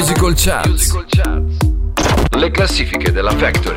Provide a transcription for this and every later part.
Musical Charts. Le classifiche della Factory.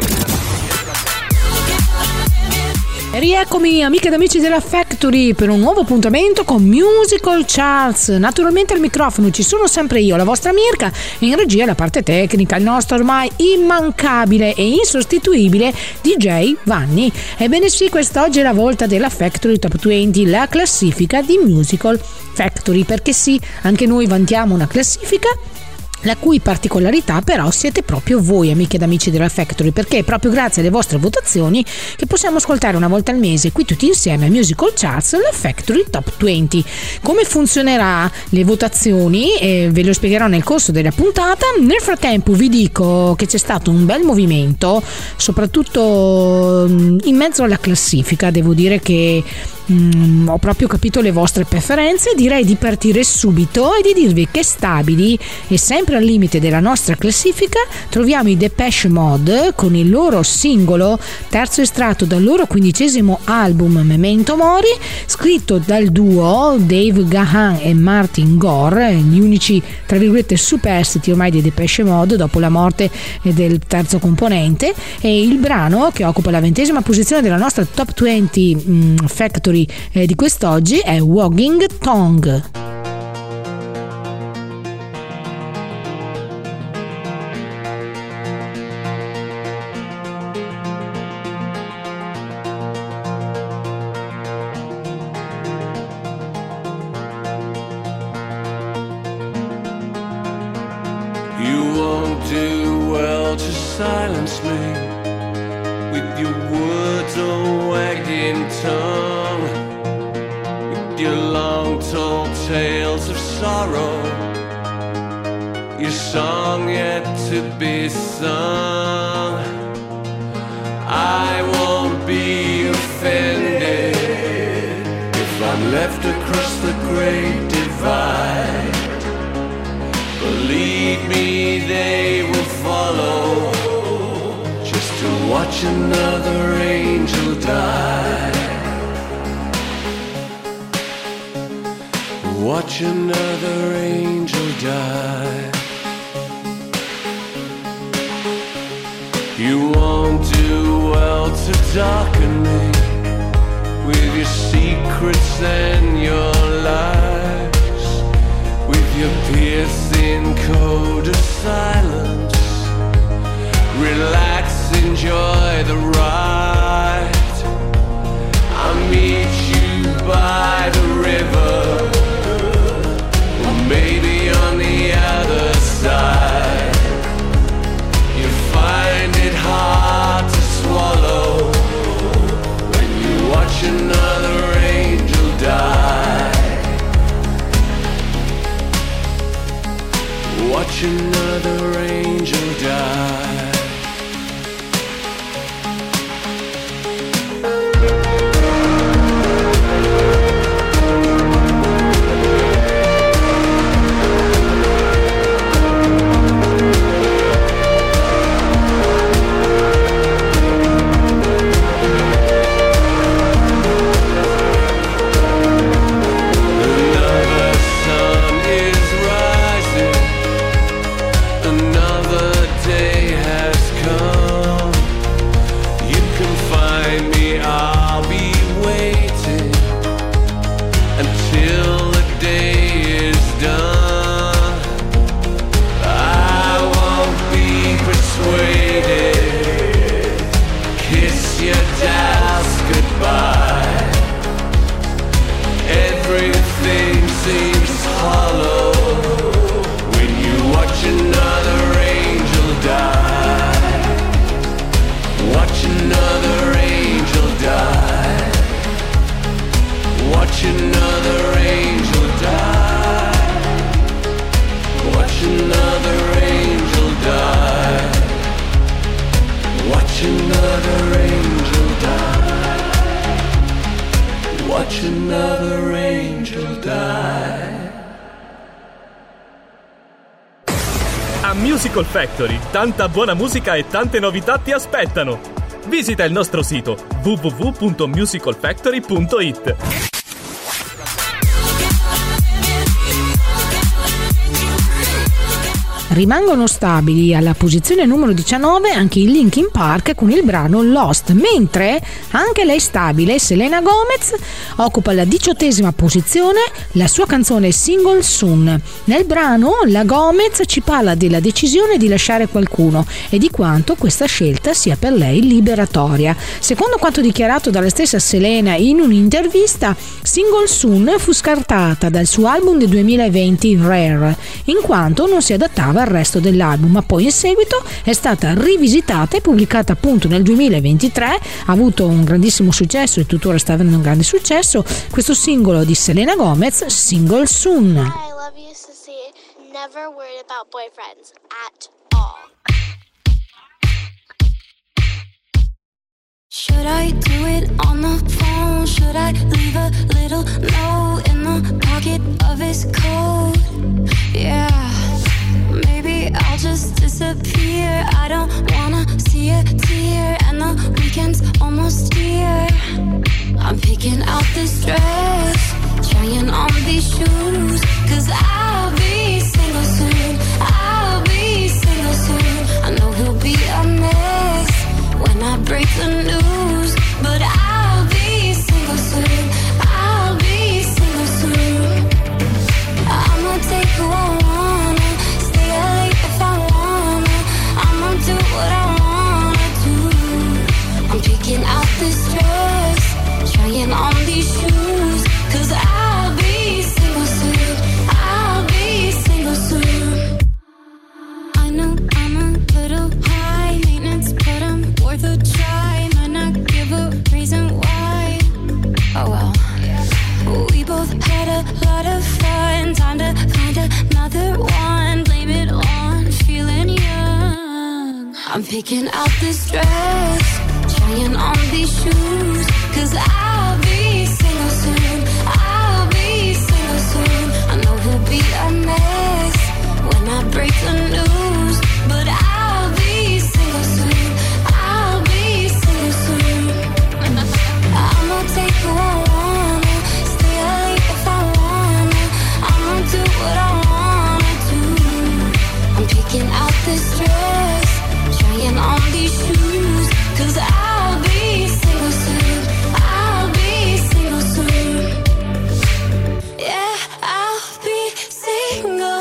Rieccomi amiche ed amici della Factory per un nuovo appuntamento con Musical Charts. Naturalmente al microfono ci sono sempre io, la vostra Mirka, e in regia la parte tecnica, il nostro ormai immancabile e insostituibile DJ Vanni. Ebbene sì, quest'oggi è la volta della Factory Top 20, la classifica di Musical Factory, perché sì, anche noi vantiamo una classifica la cui particolarità però siete proprio voi, amiche ed amici della Factory, perché è proprio grazie alle vostre votazioni che possiamo ascoltare una volta al mese qui tutti insieme a Musical Charts la Factory Top 20. Come funzionerà le votazioni ve lo spiegherò nel corso della puntata. Nel frattempo vi dico che c'è stato un bel movimento, soprattutto in mezzo alla classifica. Devo dire che ho proprio capito le vostre preferenze. Direi di partire subito e di dirvi che stabili e sempre al limite della nostra classifica troviamo i Depeche Mode con il loro singolo, terzo estratto dal loro 15° album Memento Mori, scritto dal duo Dave Gahan e Martin Gore, gli unici tra virgolette superstiti ormai dei Depeche Mode dopo la morte del terzo componente. E il brano, che occupa la 20ª posizione della nostra Top 20 Factory di quest'oggi, è Wagging Tongue. You won't do well to silence me with your words or wagging tongue, with your long told tales of sorrow, your song yet to be sung. I won't be offended if I'm left across the great divide. Believe me, they will follow just to watch another angel die. Watch another angel die. You won't do well to darken me with your secrets and your lies, with your piercing code of silence. Relax, enjoy the ride. I'll meet you by the river, or maybe on the other side. You find it hard to swallow when you watch another angel die. Watch another angel die. A Musical Factory, tanta buona musica e tante novità ti aspettano. Visita il nostro sito www.musicalfactory.it. Rimangono stabili alla posizione numero 19 anche i Linkin Park con il brano Lost, mentre anche lei stabile, Selena Gomez, occupa la 18ª posizione, la sua canzone Single Soon. Nel brano la Gomez ci parla della decisione di lasciare qualcuno e di quanto questa scelta sia per lei liberatoria. Secondo quanto dichiarato dalla stessa Selena in un'intervista, Single Soon fu scartata dal suo album del 2020 Rare, in quanto non si adattava al resto dell'album, ma poi in seguito è stata rivisitata e pubblicata appunto nel 2023. Ha avuto un grandissimo successo e tuttora sta avendo un grande successo questo singolo di Selena Gomez, Single Soon. I love you, Sissy. Never worried about boyfriends at all. Should I do it on the phone? Should I leave a little note in the pocket of his coat? Yeah, maybe I'll just disappear. I don't wanna see a tear, and the weekend's almost here. I'm picking out this dress, trying on these shoes, 'cause I'll be single soon. I'll be single soon. I know he'll be a mess when I break the news, but I'll be single soon. I'll be single soon. I'ma take who I wanna, stay late if I wanna. I'ma do what I wanna do. I'm picking out this dress, trying on these shoes, 'cause I'll be single soon. I'll be single soon. I know I'm a little high maintenance, but I'm worth a try. Might not give a reason why. Oh well. We both had a lot of fun. Time to find another one. Blame it on feeling young. I'm picking out this dress, trying on these shoes, 'cause I'll be single soon. I'll be single soon. I know he'll be a mess when I break the news, but I'll be single soon. I'll be single soon. I'ma take who I wanna, stay late if I wanna. I'ma do what I wanna do. I'm picking out this dress, trying on these shoes, 'cause I'll be single soon. I'll be single soon. Yeah, I'll be single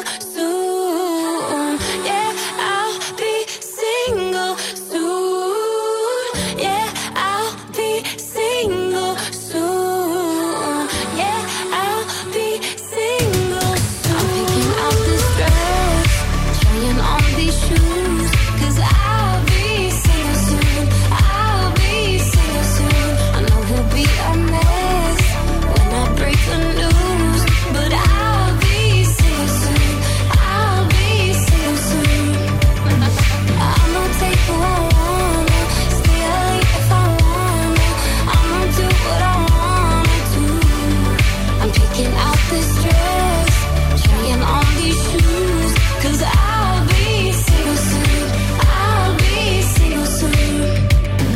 soon. Yeah, I'll be single soon. Yeah, I'll be single soon. Yeah, I'll be single soon. I'm picking out this dress, trying on these shoes, 'cause I'll be single soon. I'll be single soon. I know he'll be a mess when I break the news, but I'll be single soon. I'll be single soon. I'ma take who I wanna, stay late if I wanna. I'ma do what I wanna do. I'm picking out this dress, trying on these shoes, 'cause I'll be single soon. I'll be single soon.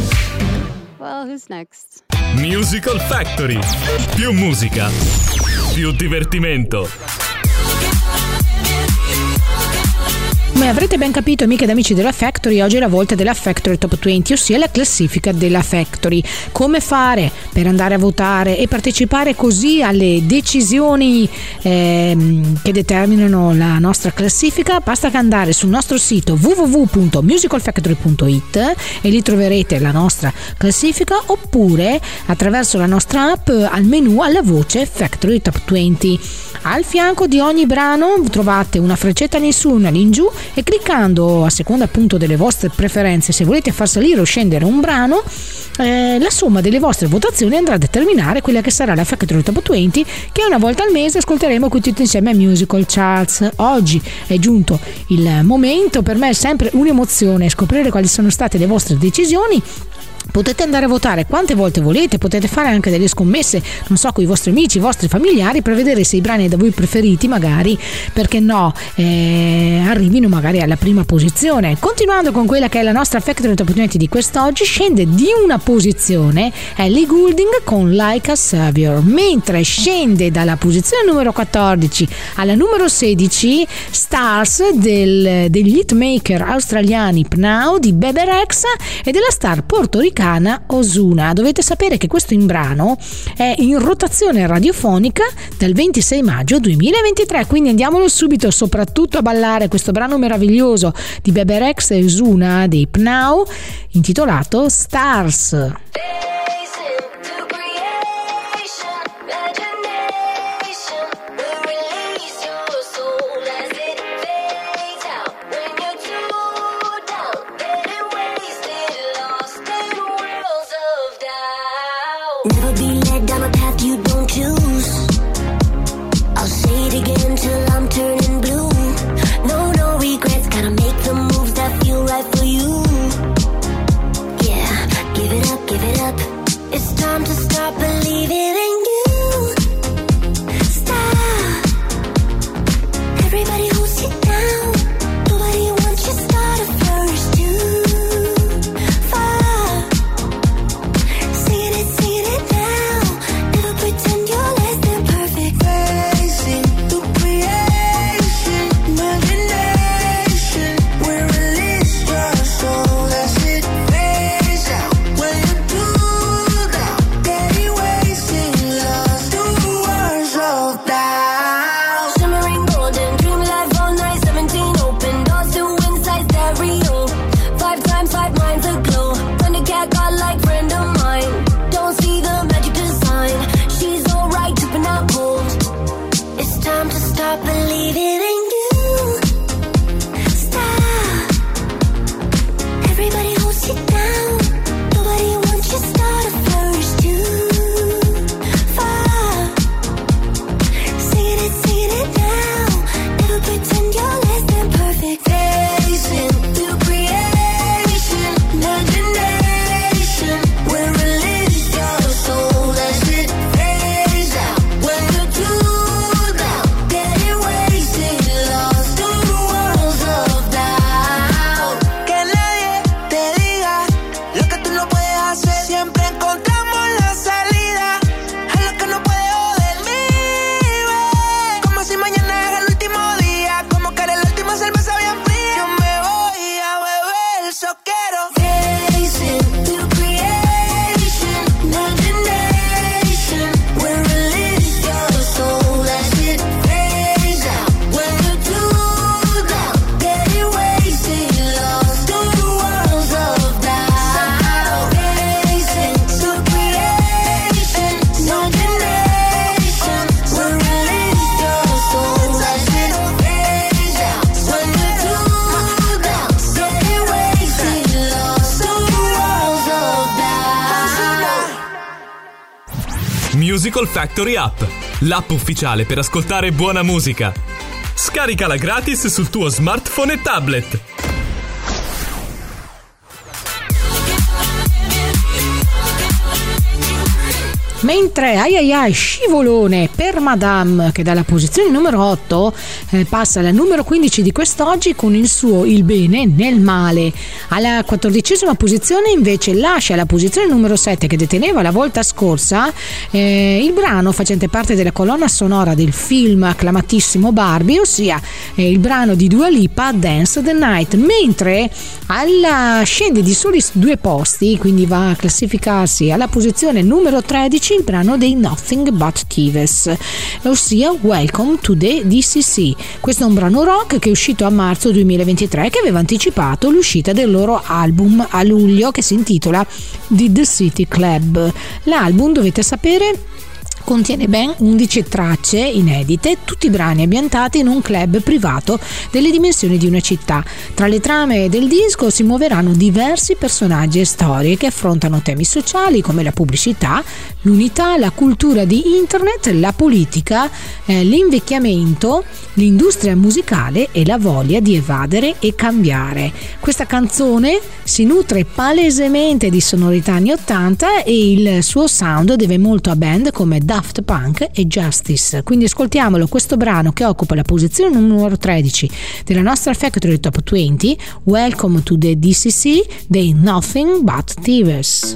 Well, who's next? Musical Factory. Più musica, più divertimento. Come avrete ben capito, amiche ed amici della Factory, oggi è la volta della Factory Top 20, ossia la classifica della Factory. Come fare per andare a votare e partecipare così alle decisioni che determinano la nostra classifica? Basta che andare sul nostro sito www.musicalfactory.it e lì troverete la nostra classifica, oppure attraverso la nostra app al menu alla voce Factory Top 20. Al fianco di ogni brano trovate una freccetta in su, una in giù, e cliccando a seconda appunto delle vostre preferenze, se volete far salire o scendere un brano, la somma delle vostre votazioni andrà a determinare quella che sarà la Factory Top 20, che una volta al mese ascolteremo qui tutti insieme a Musical Charts. Oggi è giunto il momento, per me è sempre un'emozione scoprire quali sono state le vostre decisioni. Potete andare a votare quante volte volete, potete fare anche delle scommesse, non so, con i vostri amici, i vostri familiari, per vedere se i brani da voi preferiti magari, perché no, arrivino magari alla prima posizione. Continuando con quella che è la nostra Factory Top 20 di quest'oggi, scende di una posizione Ellie Goulding con Like a Savior, mentre scende dalla posizione numero 14 alla numero 16 Stars degli hitmaker australiani Pnau, di Bebe Rexha e della star portoricana Ozuna. Dovete sapere che questo brano è in rotazione radiofonica dal 26 maggio 2023, quindi andiamolo subito soprattutto a ballare questo brano meraviglioso di Bebe Rexha e Ozuna dei Pnau, intitolato Stars. Never be led down a path you don't choose. I'll say it again till I'm turning blue. No regrets, gotta make the moves that feel right for you. Yeah, give it up. It's time to start believing in you. Stop. Everybody who sit down. Nobody wants you started first. You fall. Singing it now. Never pretend you're less than perfect. Racing through creation, imagination. We're released your soul as it fades out. When you do that, steady wasting lost through words of doubt. Shimmering golden, dream life all night. 17 open doors to inside stereo. 5 times 5 minds aglow. When the cat got like friend of mine. Don't see the magic design. She's alright, tipping out cold. It's time to start believing in you. Stop. Everybody hold sit down. Nobody wants you started first. You fall. Singing it now. Never pretend you're less than perfect. Facing through creation, imagination. We're released your soul as it fades out. When you do that, getting wasted, lost in worlds of doubt. Que nadie te diga lo que tú no puedes hacer. Siempre encontramos la salida a lo que no puede joder mi vida. Como si mañana era el último día, como que era la última cerveza bien fría. Yo me voy a beber, so quiero. Facing through creation, imagination. We're released your soul as it fades out. When you do that, getting wasted, lost in worlds of doubt. Facing through creation, imagination. We're released your soul as it fades out. When you do that, getting wasted, lost in worlds of doubt. Musical Factory App, l'app ufficiale per ascoltare buona musica. Scaricala gratis sul tuo smartphone e tablet. Mentre scivolone per Madame, che dalla posizione numero 8 passa alla numero 15 di quest'oggi con il suo Il bene nel male. Alla 14ª posizione invece lascia la posizione numero 7 che deteneva la volta scorsa il brano facente parte della colonna sonora del film acclamatissimo Barbie, ossia il brano di Dua Lipa, Dance the Night, mentre scende di soli 2 posti, quindi va a classificarsi alla posizione numero 13 il brano dei Nothing But Thieves, ossia Welcome to the DCC. Questo è un brano rock che è uscito a marzo 2023, che aveva anticipato l'uscita del loro album a luglio, che si intitola The City Club. L'album, dovete sapere, Contiene ben 11 tracce inedite, tutti i brani ambientati in un club privato delle dimensioni di una città. Tra le trame del disco si muoveranno diversi personaggi e storie che affrontano temi sociali come la pubblicità, l'unità, la cultura di internet, la politica, l'invecchiamento, l'industria musicale e la voglia di evadere e cambiare. Questa canzone si nutre palesemente di sonorità anni 80 e il suo sound deve molto a band come Daft Punk e Justice. Quindi ascoltiamolo, questo brano che occupa la posizione numero 13 della nostra Factory Top 20. Welcome to the DCC dei Nothing But Thieves.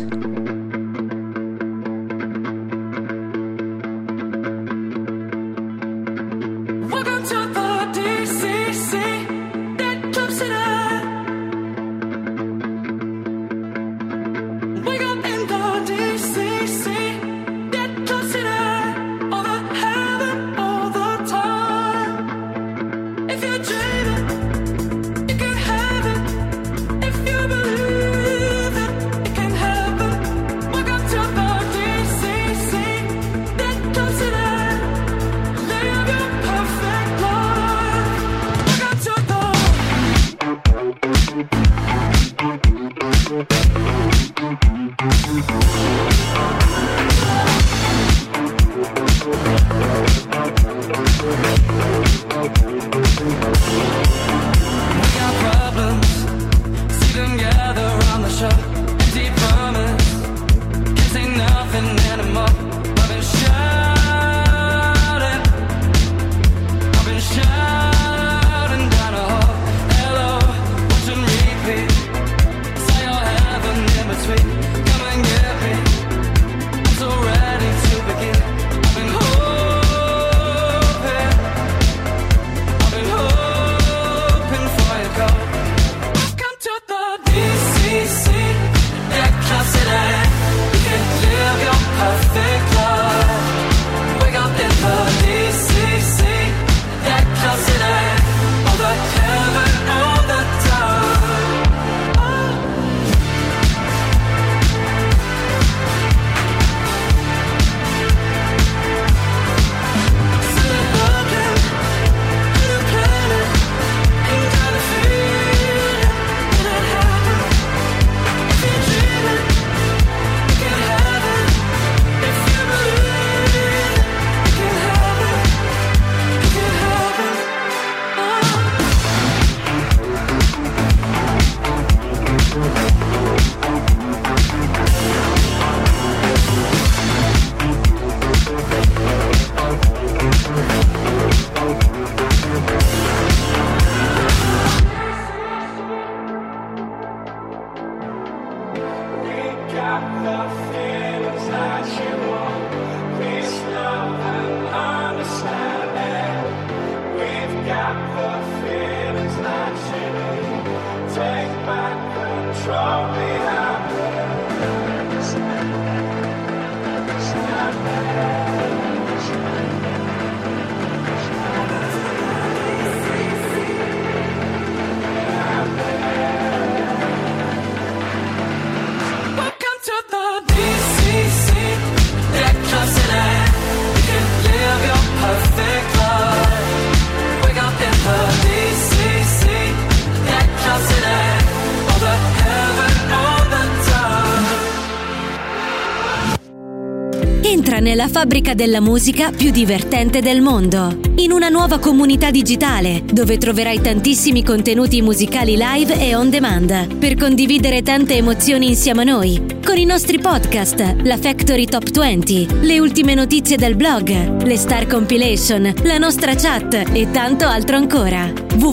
Entra nella fabbrica della musica più divertente del mondo, in una nuova comunità digitale dove troverai tantissimi contenuti musicali live e on demand per condividere tante emozioni insieme a noi, con i nostri podcast, la Factory Top 20, le ultime notizie del blog, le Star Compilation, la nostra chat e tanto altro ancora.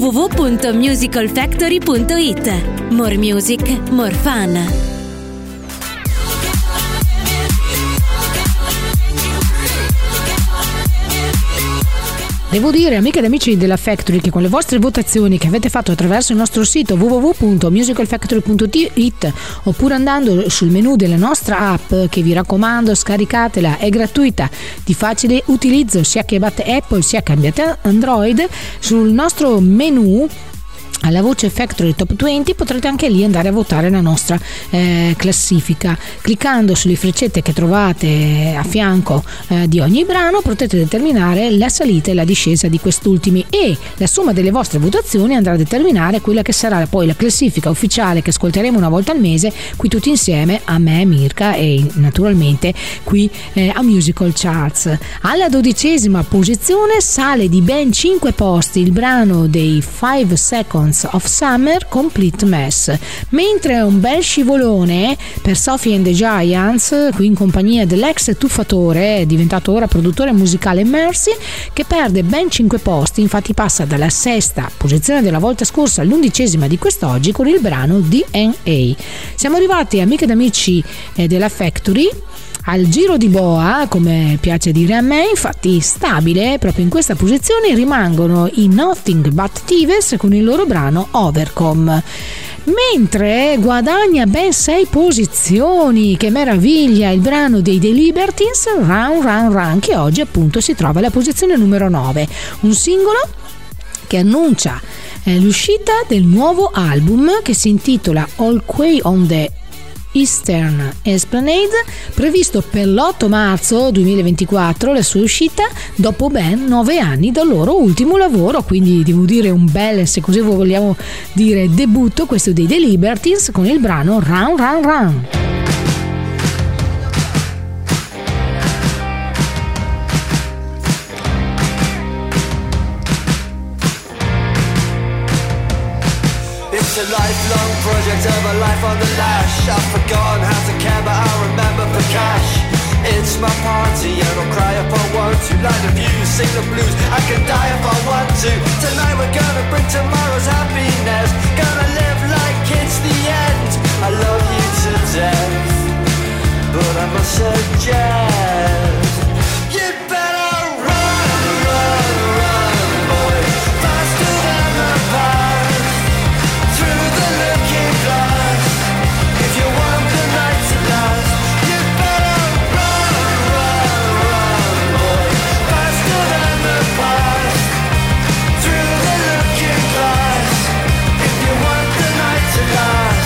www.musicalfactory.it. More music, more fun. Devo dire, amiche ed amici della Factory, che con le vostre votazioni che avete fatto attraverso il nostro sito www.musicalfactory.it oppure andando sul menu della nostra app, che vi raccomando scaricatela, è gratuita, di facile utilizzo sia che abbiate Apple sia che abbiate Android, sul nostro menu alla voce Factory Top 20, potrete anche lì andare a votare la nostra classifica. Cliccando sulle freccette che trovate a fianco di ogni brano potete determinare la salita e la discesa di quest'ultimi, e la somma delle vostre votazioni andrà a determinare quella che sarà poi la classifica ufficiale che ascolteremo una volta al mese qui tutti insieme, a me, Mirka, e naturalmente qui a Musical Charts. Alla 12ª posizione sale di ben 5 posti il brano dei 5 Seconds of Summer, Complete Mess, mentre un bel scivolone per Sophie and the Giants, qui in compagnia dell'ex tuffatore, diventato ora produttore musicale Mercy, che perde ben 5 posti, infatti passa dalla 6ª posizione della volta scorsa all'11ª di quest'oggi con il brano DNA. Siamo arrivati, amiche ed amici della Factory, al giro di boa, come piace dire a me. Infatti stabile proprio in questa posizione rimangono i Nothing But Thieves con il loro brano Overcome, mentre guadagna ben 6 posizioni, che meraviglia, il brano dei The Libertines, Run Run Run, che oggi appunto si trova alla posizione numero 9, un singolo che annuncia l'uscita del nuovo album che si intitola All Quay on the Eastern Esplanade, previsto per l'8 marzo 2024 la sua uscita dopo ben 9 anni dal loro ultimo lavoro, quindi devo dire un bel, se così vogliamo dire, debutto questo dei The Libertines con il brano Run Run Run. It's a lifelong project of a life on the lash. I've forgotten how to care, but I remember for cash. It's my party and I'll cry if I want to. Light the views, sing the blues, I can die if I want to. Tonight we're gonna bring tomorrow's happiness. Gonna live like it's the end. I love you to death, but I must suggest you'd better run, run, run, boy, faster than the past. Through the looking glass, if you want the night to last, you better run, run, run, boy, faster than the past. Through the looking glass, if you want the night to last.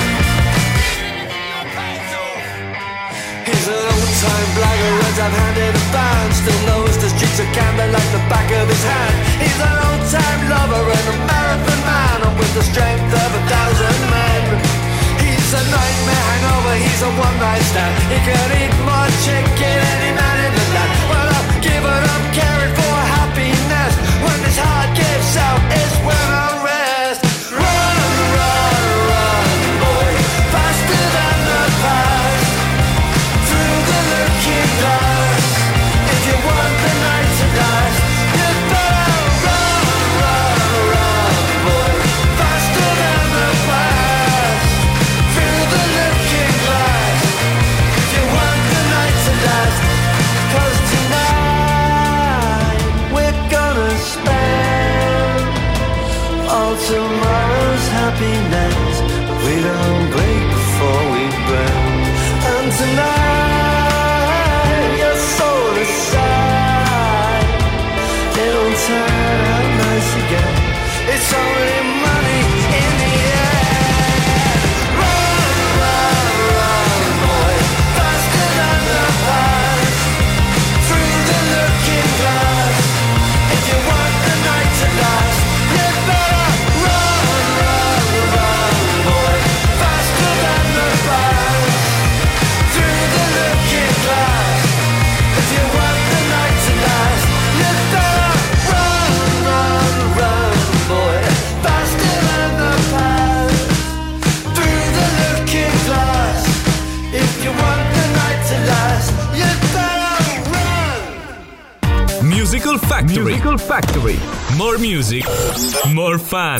He's an old-time blackguard I've handed a band, still knows the streets of Camden like the back of his hand. He's an old-time lover and a marathon man, and with the strength of 1,000 men. He's a nightmare hangover, he's a one-night stand. He could eat more chicken any man in the land. Well, I've given up caring for happiness. When this heart gives out is when I rest. Run, run, run, boy, faster than the past. Through the looking glass, if you want the night to last, you better run, run, run, boy, faster than the past. Through the looking glass, if you want the night to last. 'Cause tonight we're gonna spend all tomorrow's happiness. We don't break before we burn. And tonight your soul aside, it'll turn out nice again. It's only money in the end. Run, run, run, boy, faster than the past. Through the looking glass, if you want the night to last, you better run, run, run, boy, faster than the past. Through the looking glass, if you want the night to last, you better run, run, run, boy, faster than the past. Through the looking glass, if you want the night to last, you better run. Musical Factory. Musical Factory. More music, more fun.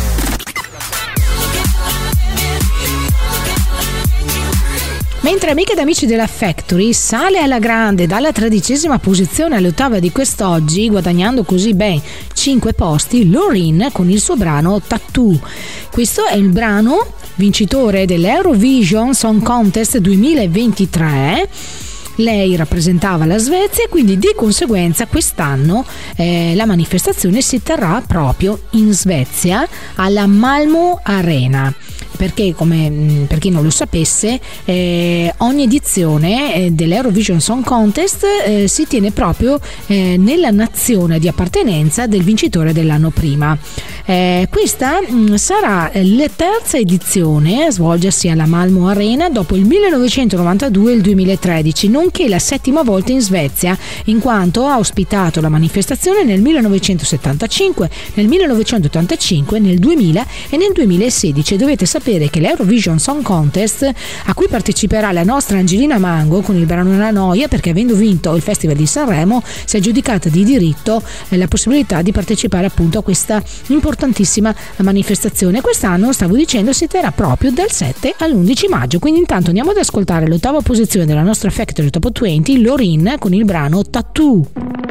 Mentre amiche ed amici della Factory sale alla grande dalla 13ª posizione all'8ª di quest'oggi, guadagnando così ben 5 posti, Loreen con il suo brano Tattoo. Questo è il brano vincitore dell'Eurovision Song Contest 2023. lei rappresentava la Svezia e quindi di conseguenza quest'anno la manifestazione si terrà proprio in Svezia alla Malmö Arena. Perché, come per chi non lo sapesse, ogni edizione dell'Eurovision Song Contest si tiene proprio nella nazione di appartenenza del vincitore dell'anno prima. Questa sarà la terza edizione a svolgersi alla Malmö Arena dopo il 1992 e il 2013, nonché la settima volta in Svezia, in quanto ha ospitato la manifestazione nel 1975, nel 1985, nel 2000 e nel 2016. Dovete sapere che l'Eurovision Song Contest, a cui parteciperà la nostra Angelina Mango con il brano La Noia, perché avendo vinto il Festival di Sanremo si è aggiudicata di diritto la possibilità di partecipare appunto a questa importantissima manifestazione. Quest'anno, stavo dicendo, si terrà proprio dal 7 all'11 maggio, quindi intanto andiamo ad ascoltare l'ottava posizione della nostra Factory Top 20, Lorin con il brano Tattoo.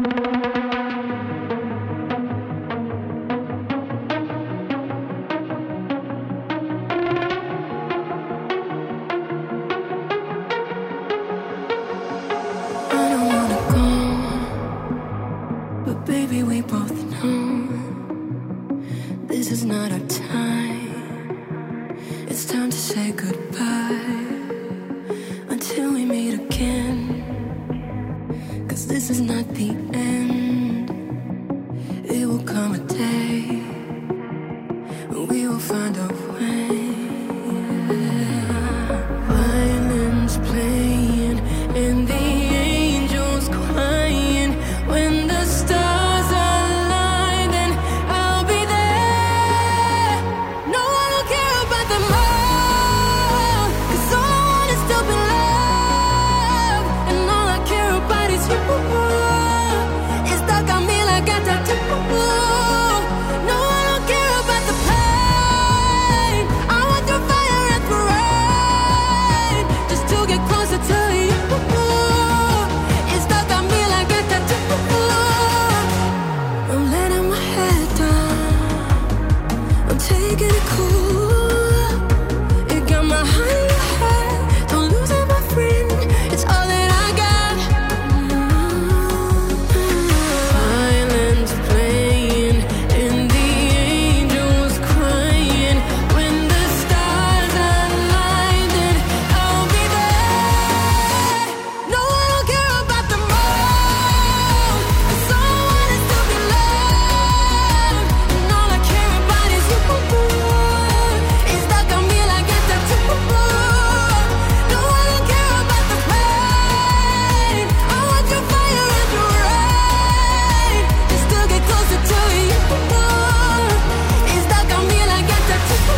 Baby, we both know this is not our time. It's time to say goodbye until we meet again. 'Cause this is not the end. It will come a day when we will find a way. Violins playing and the angels crying when the stars align, then I'll be there. No, I don't care about them all, 'cause all I want is to be loved, and all I care about is you. It's stuck on me like a tattoo. No, I don't care about the pain. I went through fire and through rain just to get closer to you. It's stuck on me like a tattoo. I'm letting my head down, I'm taking it cool. You got my heart in your head, don't lose it, my friend. It's all that I got. Violins playing and the angels crying when the stars align, then I'll be there. No, I don't care about them all, 'cause all I want is to be loved, and all I care about is you. It's stuck on me like a tattoo. No, I don't care about the pain. I want your fire and your rain just to get closer to you. It's stuck on me like a tattoo.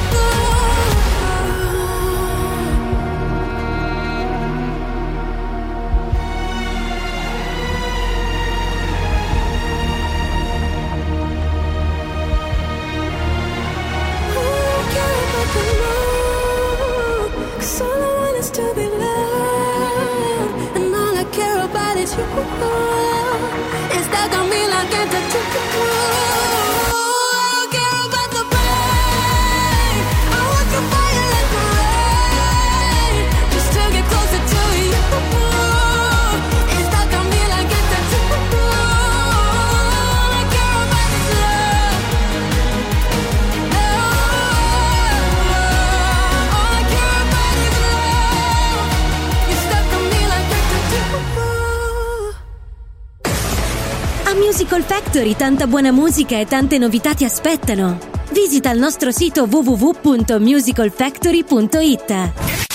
Cause all I want is to be loved, and all I care about is you. It's stuck on me like a tattoo. I don't care about the pain. I want your fire and your rain just to get closer to you. It's stuck on me like a tattoo. All I care about is love. All I care about is love. You're stuck on me like a tattoo. A Musical Factory tanta buona musica e tante novità ti aspettano. Visita il nostro sito www.musicalfactory.it.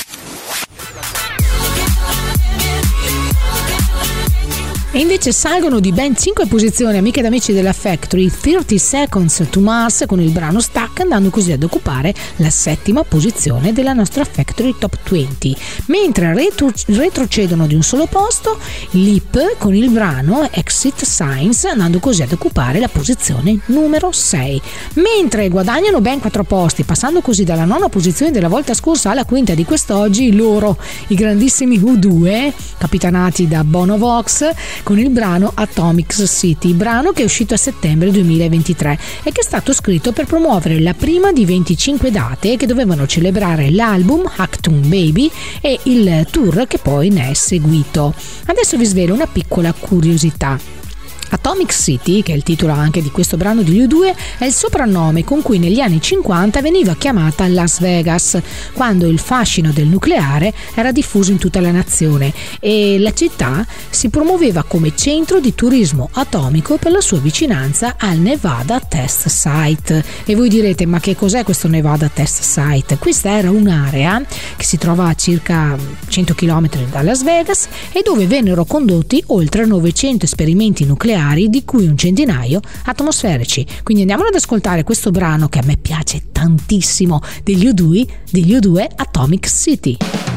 E invece salgono di ben 5 posizioni, amiche ed amici della Factory, 30 Seconds to Mars con il brano Stuck, andando così ad occupare la settima posizione della nostra Factory Top 20. Mentre retrocedono di un solo posto Lip con il brano Exit Signs, andando così ad occupare la posizione numero 6. Mentre guadagnano ben 4 posti, passando così dalla nona posizione della volta scorsa alla quinta di quest'oggi, loro, i grandissimi U2, capitanati da Bono Vox, con il brano Atomic City, brano che è uscito a settembre 2023 e che è stato scritto per promuovere la prima di 25 date che dovevano celebrare l'album Achtung Baby e il tour che poi ne è seguito. Adesso vi svelo una piccola curiosità. Atomic City, che è il titolo anche di questo brano di U2, è il soprannome con cui negli anni 50 veniva chiamata Las Vegas, quando il fascino del nucleare era diffuso in tutta la nazione e la città si promuoveva come centro di turismo atomico per la sua vicinanza al Nevada Test Site. E voi direte: ma che cos'è questo Nevada Test Site? Questa era un'area che si trova a circa 100 km da Las Vegas e dove vennero condotti oltre 900 esperimenti nucleari, di cui un centinaio atmosferici. Quindi andiamo ad ascoltare questo brano che a me piace tantissimo degli U2, Atomic City.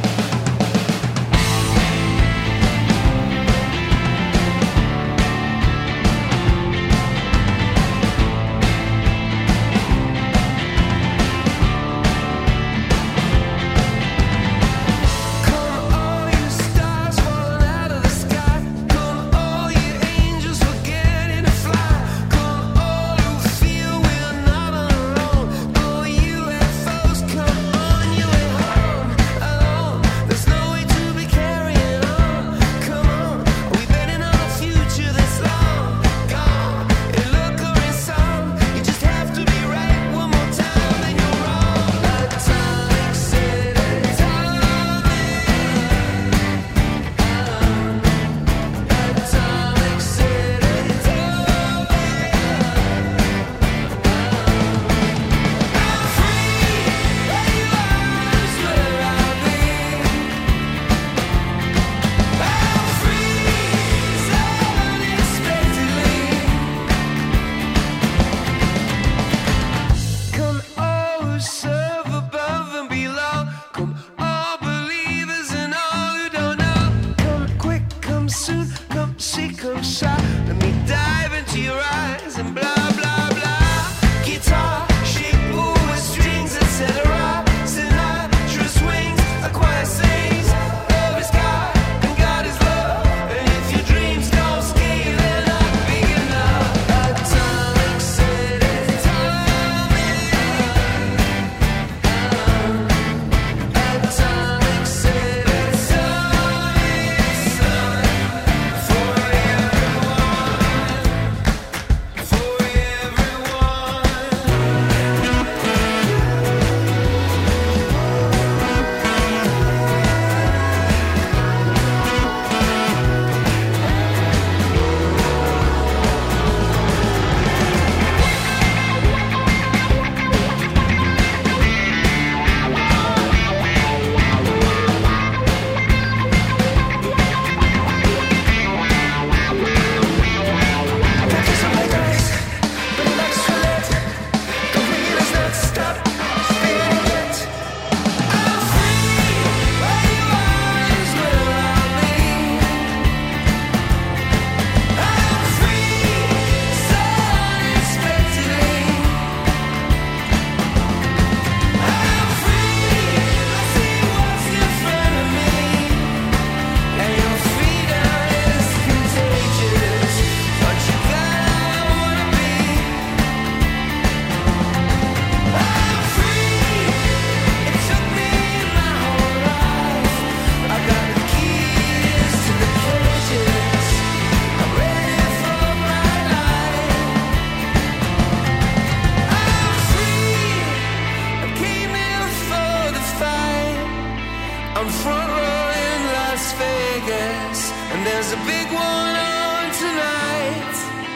There's a big one on tonight.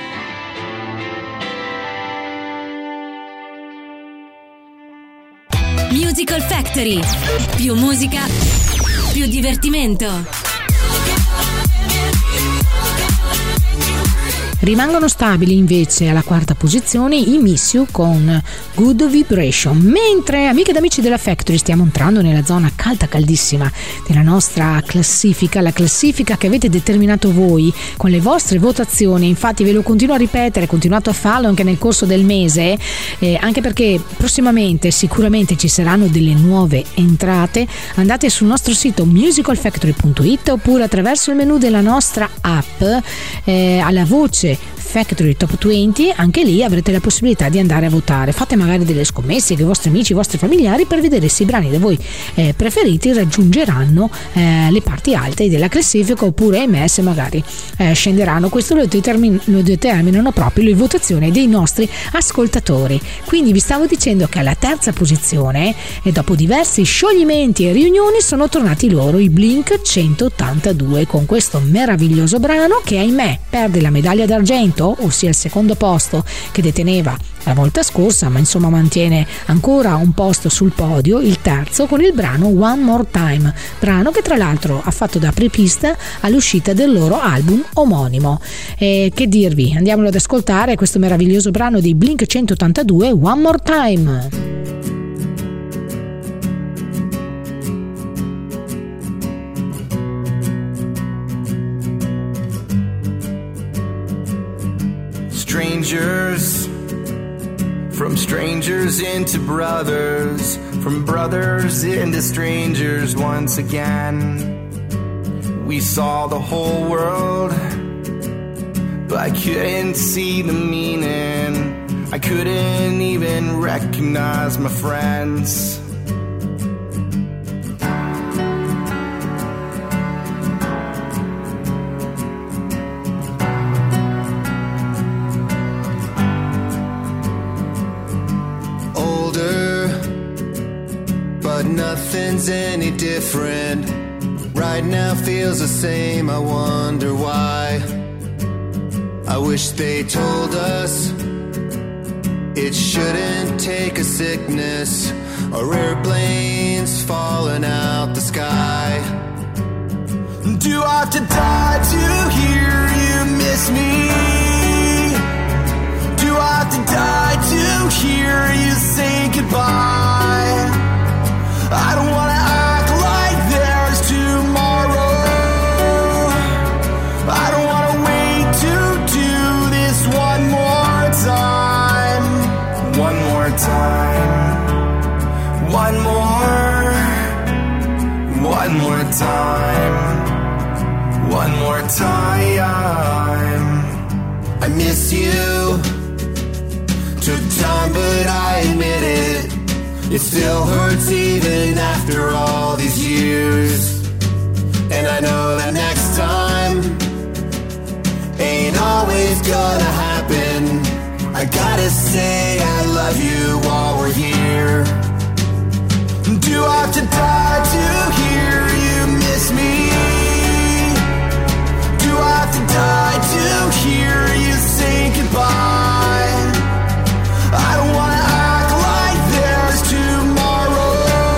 Musical Factory. Più musica, più divertimento. Rimangono stabili invece alla quarta posizione i Miss You con Good Vibration, mentre amiche ed amici della Factory stiamo entrando nella zona calda caldissima della nostra classifica, la classifica che avete determinato voi con le vostre votazioni. Infatti ve lo continuo a ripetere, continuate a farlo anche nel corso del mese, anche perché prossimamente sicuramente ci saranno delle nuove entrate. Andate sul nostro sito musicalfactory.it oppure attraverso il menu della nostra app alla voce Factory Top 20, anche lì avrete la possibilità di andare a votare. Fate magari delle scommesse con i vostri amici, i vostri familiari, per vedere se i brani da voi preferiti raggiungeranno le parti alte della classifica oppure ahimè magari scenderanno. Questo lo determinano proprio le votazioni dei nostri ascoltatori. Quindi vi stavo dicendo che alla terza posizione, e dopo diversi scioglimenti e riunioni, sono tornati loro, i Blink 182, con questo meraviglioso brano che ahimè perde la medaglia d'argento, ossia il secondo posto che deteneva la volta scorsa, ma insomma mantiene ancora un posto sul podio, il terzo, con il brano One More Time, brano che tra l'altro ha fatto da apripista all'uscita del loro album omonimo. Che dirvi, andiamolo ad ascoltare questo meraviglioso brano dei Blink 182, One More Time. Strangers, from strangers into brothers, from brothers into strangers once again. We saw the whole world, but I couldn't see the meaning. I couldn't even recognize my friends. Nothing's any different. Right now feels the same. I wonder why. I wish they told us it shouldn't take a sickness or airplanes falling out the sky. Do I have to die to hear you miss me? Do I have to die to hear you say goodbye? I don't wanna act like there's tomorrow. I don't wanna wait to do this one more time. One more time. One more. One more time. One more time. I miss you. Took time but I admit it. It still hurts even after all these years. And I know that next time ain't always gonna happen. I gotta say I love you while we're here. Do I have to die to hear you miss me? Do I have to die to hear you say goodbye? I don't wanna act like there's tomorrow.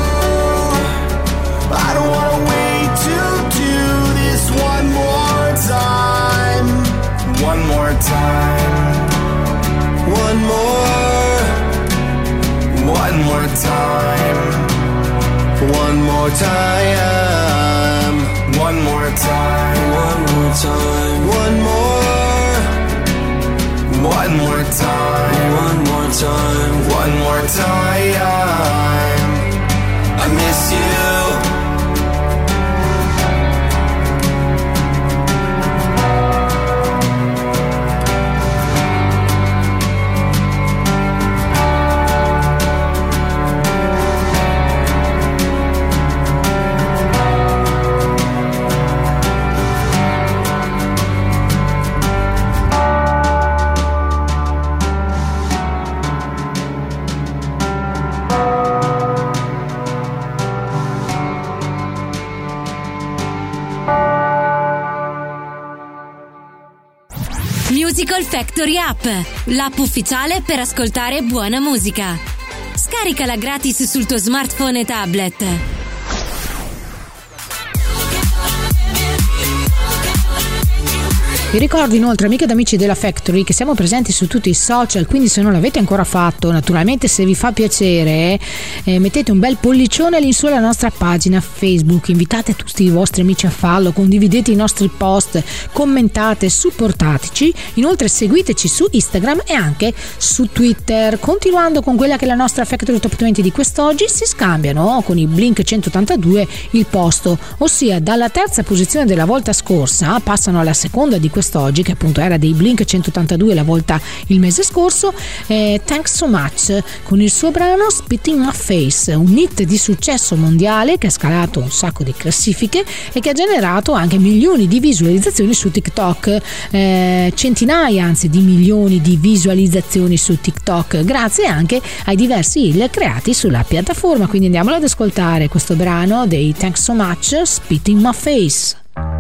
I don't wanna wait to do this one more time. One more time. One more. One more time. One more time. One more time. One more time. One more. One more time. One more time. One more time. I miss you. Musical Factory App, l'app ufficiale per ascoltare buona musica. Scaricala gratis sul tuo smartphone e tablet. Vi ricordo inoltre, amiche ed amici della Factory, che siamo presenti su tutti i social, quindi se non l'avete ancora fatto, naturalmente se vi fa piacere, mettete un bel pollicione all'insù alla nostra pagina Facebook, invitate tutti i vostri amici a farlo, condividete i nostri post, commentate, supportateci, inoltre seguiteci su Instagram e anche su Twitter. Continuando con quella che è la nostra Factory Top 20 di quest'oggi, si scambiano con i Blink 182 il posto, ossia dalla terza posizione della volta scorsa passano alla seconda di quest'oggi, che appunto era dei Blink 182 la volta il mese scorso, Thanks So Much con il suo brano Spit in My Face, un hit di successo mondiale che ha scalato un sacco di classifiche e che ha generato anche milioni di visualizzazioni su TikTok, centinaia anzi di milioni di visualizzazioni su TikTok, grazie anche ai diversi reel creati sulla piattaforma. Quindi andiamolo ad ascoltare questo brano dei Thanks So Much, Spit in My Face.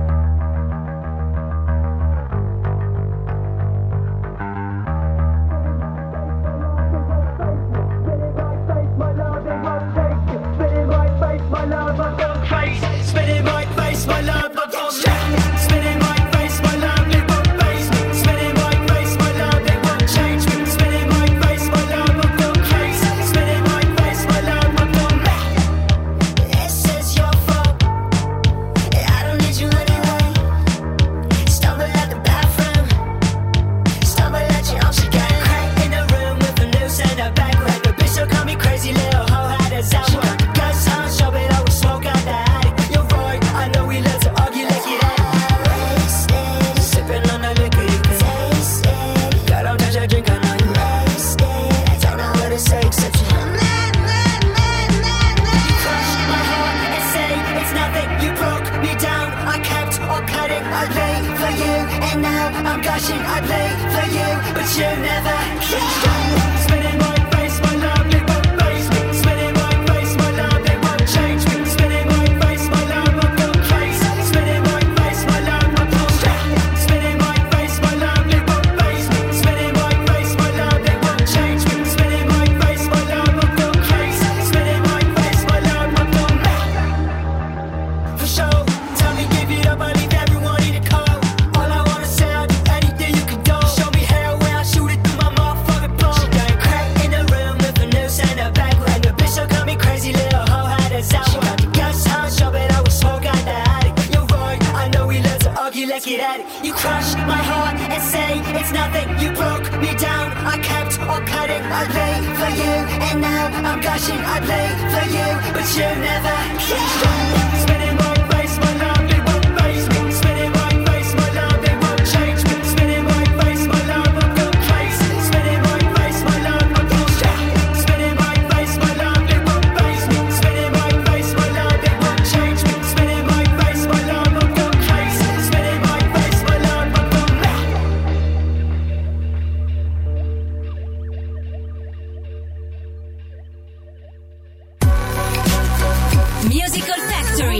Musical Factory.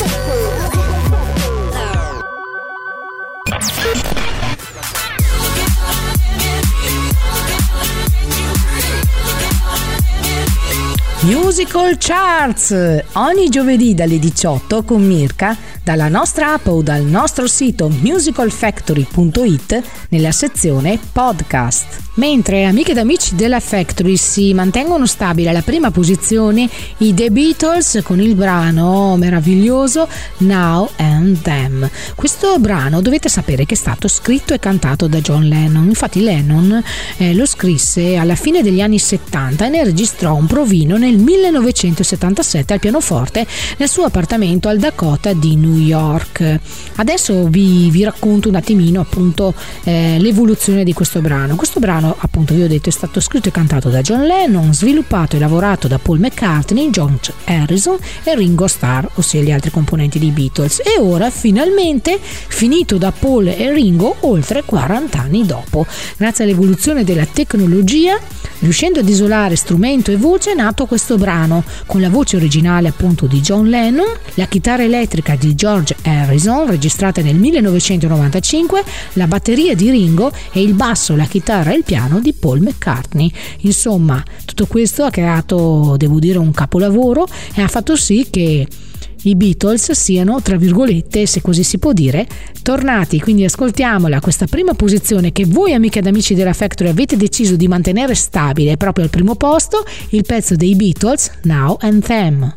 Musical Charts, ogni giovedì dalle 18 con Mirka, dalla nostra app o dal nostro sito musicalfactory.it nella sezione podcast. Mentre amiche ed amici della Factory si mantengono stabili alla prima posizione i The Beatles con il brano meraviglioso Now and Them. Questo brano dovete sapere che è stato scritto e cantato da John Lennon. Infatti Lennon lo scrisse alla fine degli anni 70 e ne registrò un provino nel 1977 al pianoforte nel suo appartamento al Dakota di New York. Adesso vi racconto un attimino appunto l'evoluzione di questo brano. Questo brano, appunto, vi ho detto, è stato scritto e cantato da John Lennon, sviluppato e lavorato da Paul McCartney, George Harrison e Ringo Starr, ossia gli altri componenti dei Beatles, e ora finalmente finito da Paul e Ringo oltre 40 anni dopo. Grazie all'evoluzione della tecnologia, riuscendo ad isolare strumento e voce, è nato questo brano con la voce originale appunto di John Lennon, la chitarra elettrica di George Harrison registrata nel 1995, la batteria di Ringo e il basso, la chitarra e il piano di Paul McCartney. Insomma, tutto questo ha creato, devo dire, un capolavoro e ha fatto sì che i Beatles siano, tra virgolette, se così si può dire, tornati. Quindi ascoltiamola, questa prima posizione che voi amiche ed amici della Factory avete deciso di mantenere stabile proprio al primo posto, il pezzo dei Beatles, Now and Them.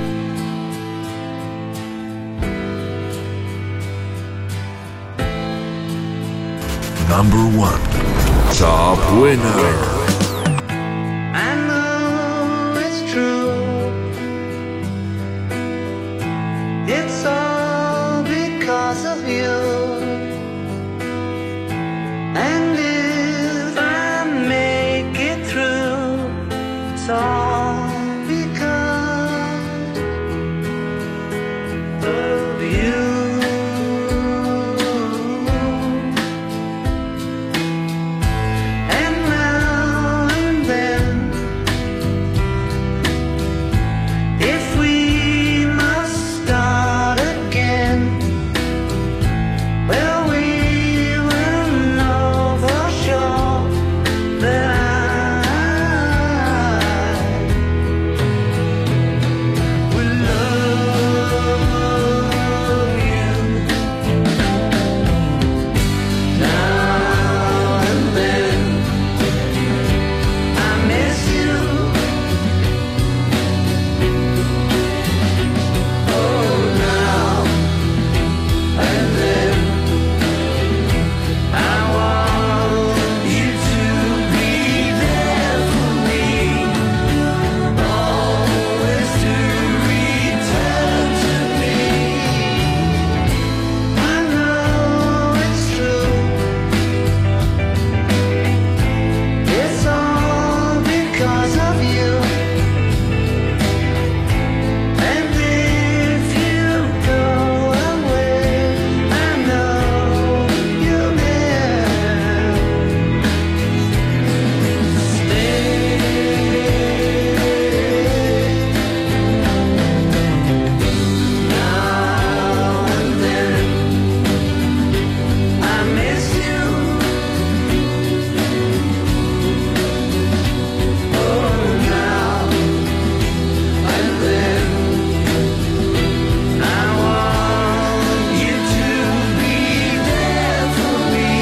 Number 1. Top winner. I know it's true. It's all because of you. And if I make it through, it's all because of you. And now and then, if we must start again, well, we will know for sure that I will love you. Now and then, I miss you. Oh, now and then, I want you to be there for me, always to return to me. I know it's true. It's all because of you. And if you go away, I know you'll never stay. Now and then, I miss you. Oh, now and then, I want you to be there for me.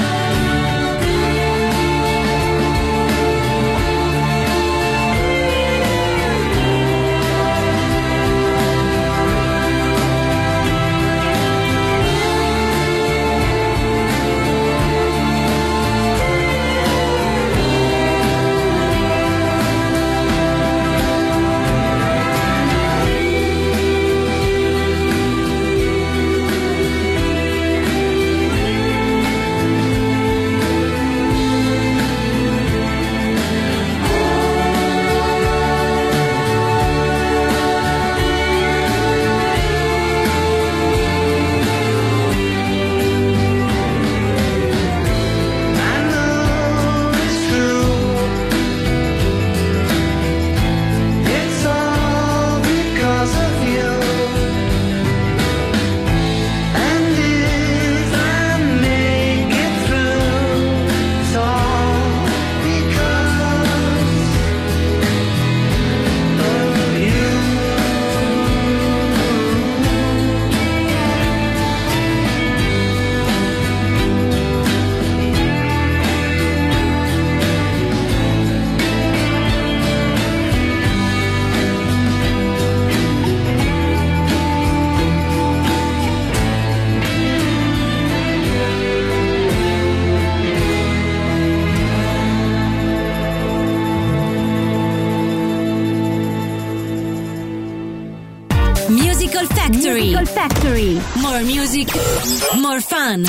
I know it's true. It's all because of you. And if I make it through, it's all because of you. Musical Factory. More music, more fun.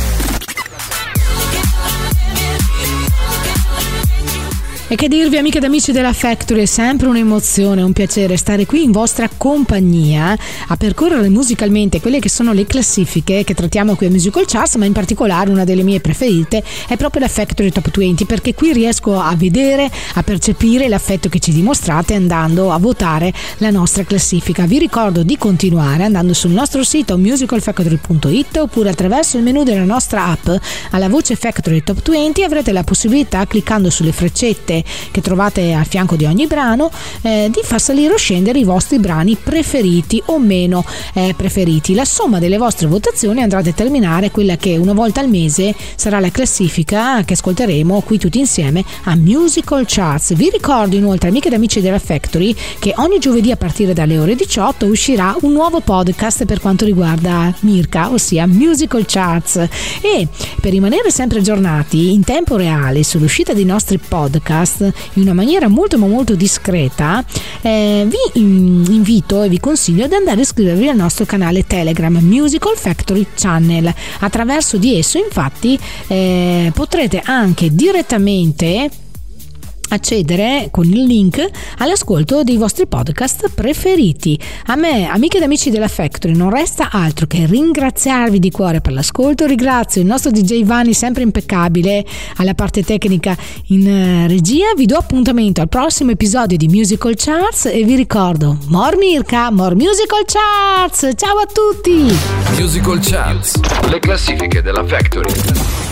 E che dirvi, amiche ed amici della Factory, è sempre un'emozione, un piacere stare qui in vostra compagnia a percorrere musicalmente quelle che sono le classifiche che trattiamo qui a Musical Charts, ma in particolare una delle mie preferite è proprio la Factory Top 20, perché qui riesco a vedere, a percepire l'affetto che ci dimostrate andando a votare la nostra classifica. Vi ricordo di continuare andando sul nostro sito musicalfactory.it oppure attraverso il menu della nostra app alla voce Factory Top 20 avrete la possibilità, cliccando sulle freccette che trovate al fianco di ogni brano, di far salire o scendere i vostri brani preferiti o meno preferiti. La somma delle vostre votazioni andrà a determinare quella che una volta al mese sarà la classifica che ascolteremo qui tutti insieme a Musical Charts. Vi ricordo inoltre, amiche ed amici della Factory, che ogni giovedì a partire dalle ore 18 uscirà un nuovo podcast per quanto riguarda Mirka, ossia Musical Charts. E per rimanere sempre aggiornati in tempo reale sull'uscita dei nostri podcast in una maniera molto ma molto discreta, vi invito e vi consiglio di andare a iscrivervi al nostro canale Telegram Musical Factory Channel. Attraverso di esso infatti potrete anche direttamente accedere con il link all'ascolto dei vostri podcast preferiti. A me, amiche ed amici della Factory, non resta altro che ringraziarvi di cuore per l'ascolto. Ringrazio il nostro DJ Vanni, sempre impeccabile alla parte tecnica in regia. Vi do appuntamento al prossimo episodio di Musical Charts e vi ricordo: more Mirka, more Musical Charts. Ciao a tutti. Musical Charts, le classifiche della Factory.